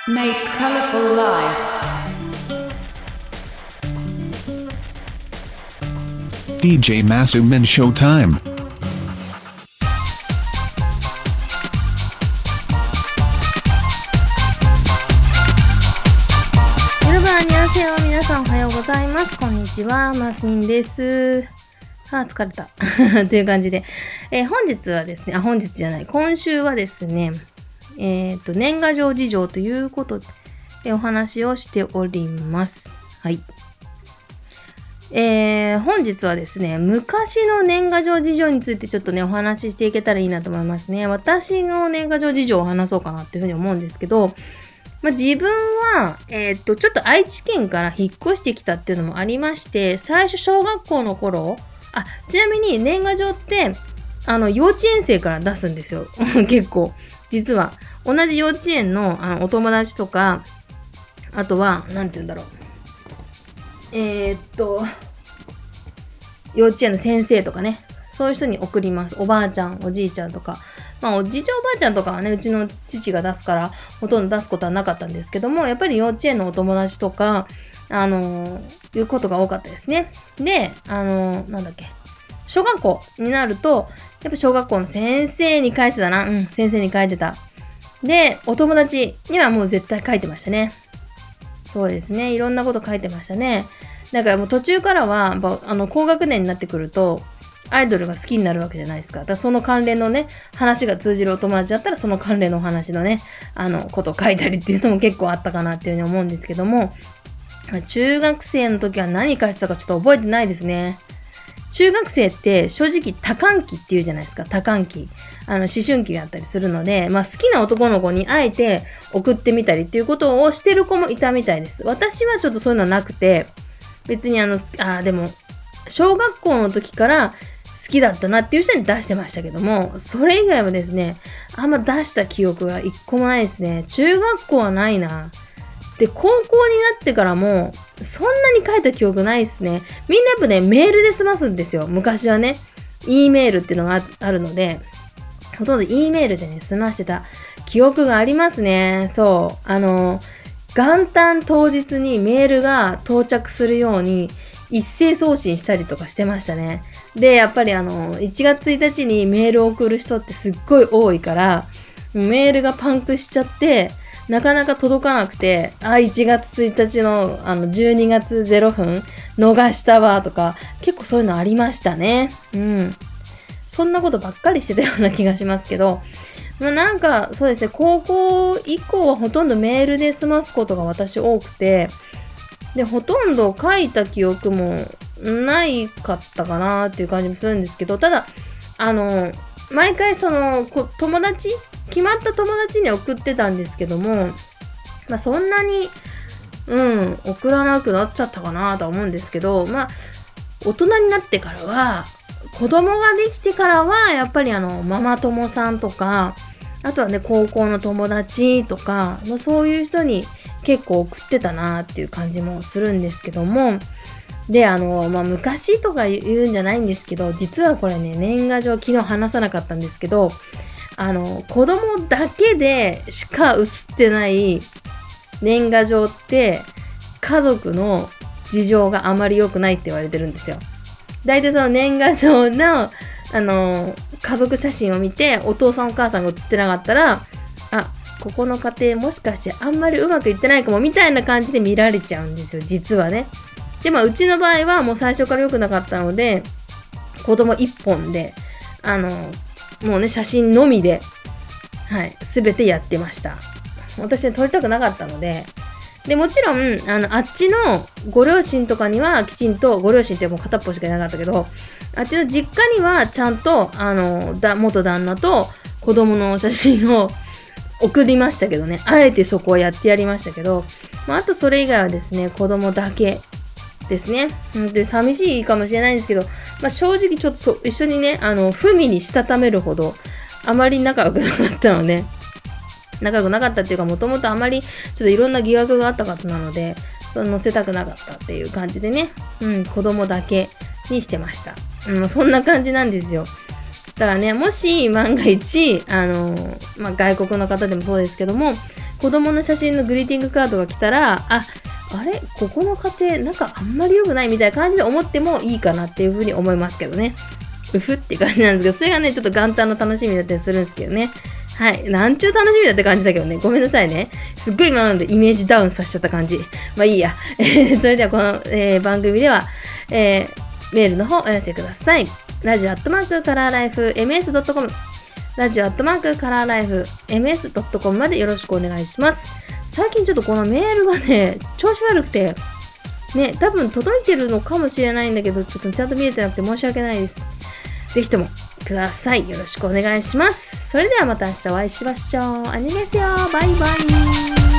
Make colorful life. DJ Masumin Showtime. 안녕하세요。皆さんおはようございます。こんにちは、マスミンです。疲れたという感じで、本日はですね、今週はですね、年賀状事情ということで、お話をしております。はい。本日はですね、昔の年賀状事情についてちょっとね、お話ししていけたらいいなと思いますね。私の年賀状事情を話そうかなっていうふうに思うんですけど、自分は、ちょっと愛知県から引っ越してきたっていうのもありまして、最初小学校の頃、ちなみに年賀状って、幼稚園生から出すんですよ。結構。実は。同じ幼稚園の、お友達とか、あとは、なんて言うんだろう。幼稚園の先生とかね。そういう人に送ります。おばあちゃん、おじいちゃんとか。おじいちゃんおばあちゃんとかはね、うちの父が出すから、ほとんど出すことはなかったんですけども、やっぱり幼稚園のお友達とか、いうことが多かったですね。で、小学校になると、やっぱ小学校の先生に書いてたな。先生に書いてた。で、お友達にはもう絶対書いてましたね。そうですね。いろんなこと書いてましたね。だからもう途中からは、高学年になってくると、アイドルが好きになるわけじゃないですか。だからその関連のね、話が通じるお友達だったら、その関連のお話のね、ことを書いたりっていうのも結構あったかなっていうふうに思うんですけども、中学生の時は何書いてたかちょっと覚えてないですね。中学生って正直多感期っていうじゃないですか。多感期。思春期だったりするので、好きな男の子にあえて送ってみたりっていうことをしてる子もいたみたいです。私はちょっとそういうのはなくて、別にでも、小学校の時から好きだったなっていう人に出してましたけども、それ以外はですね、あんま出した記憶が一個もないですね。中学校はないな。で、高校になってからも、そんなに書いた記憶ないですね。みんなやっぱね、メールで済ますんですよ。昔はね、E メールっていうのがあるので、ほとんど E メールでね、済ましてた記憶がありますね。そう。元旦当日にメールが到着するように、一斉送信したりとかしてましたね。で、やっぱり1月1日にメールを送る人ってすっごい多いから、メールがパンクしちゃって、なかなか届かなくて、1月1日の12月0分逃したわとか、結構そういうのありましたね。そんなことばっかりしてたような気がしますけど、なんかそうですね、高校以降はほとんどメールで済ますことが私多くて、で、ほとんど書いた記憶もないかったかなっていう感じもするんですけど、ただ、毎回決まった友達に送ってたんですけども、そんなに、送らなくなっちゃったかなとは思うんですけど、大人になってからは、子供ができてからは、やっぱりママ友さんとか、あとはね、高校の友達とか、そういう人に結構送ってたなっていう感じもするんですけども、で、昔とか言うんじゃないんですけど、実はこれね、年賀状昨日話さなかったんですけど、子供だけでしか写ってない年賀状って、家族の事情があまり良くないって言われてるんですよ。大体その年賀状の、家族写真を見て、お父さんお母さんが写ってなかったら、ここの家庭もしかしてあんまりうまくいってないかもみたいな感じで見られちゃうんですよ、実はね。で、うちの場合はもう最初から良くなかったので、子供一本で、もうね、写真のみで、すべてやってました。私は撮りたくなかったので、で、もちろん、あっちのご両親とかにはきちんと、ご両親ってもう片っぽしかいなかったけど、あっちの実家にはちゃんと、元旦那と子供の写真を送りましたけどね。あえてそこはやってやりましたけど、あとそれ以外はですね、子供だけですね。で、寂しいかもしれないんですけど、正直ちょっと一緒にね、文にしたためるほど、あまり仲良くなかったので、仲良くなかったっていうか、もともとあまりちょっといろんな疑惑があった方なので、載せたくなかったっていう感じでね、子供だけにしてました。そんな感じなんですよ。だからね、もし万が一、外国の方でもそうですけども、 子供の写真のグリーティングカードが来たら、あれここの家庭なんかあんまり良くないみたいな感じで思ってもいいかなっていうふうに思いますけどね。うふって感じなんですけど、それがね、ちょっと元旦の楽しみだったりするんですけどね。はい。なんちゅう楽しみだって感じだけどね。ごめんなさいね。すっごい今のでイメージダウンさせちゃった感じ。まあいいや。それではこの、番組では、メールの方お寄せください。ラジオ@colorlifems.com ラジオ@colorlifems.com までよろしくお願いします。最近ちょっとこのメールがね、調子悪くて、ね、多分届いてるのかもしれないんだけど、ちょっとちゃんと見えてなくて申し訳ないです。ぜひともください。よろしくお願いします。それではまた明日お会いしましょう。アニメですよ。バイバイ。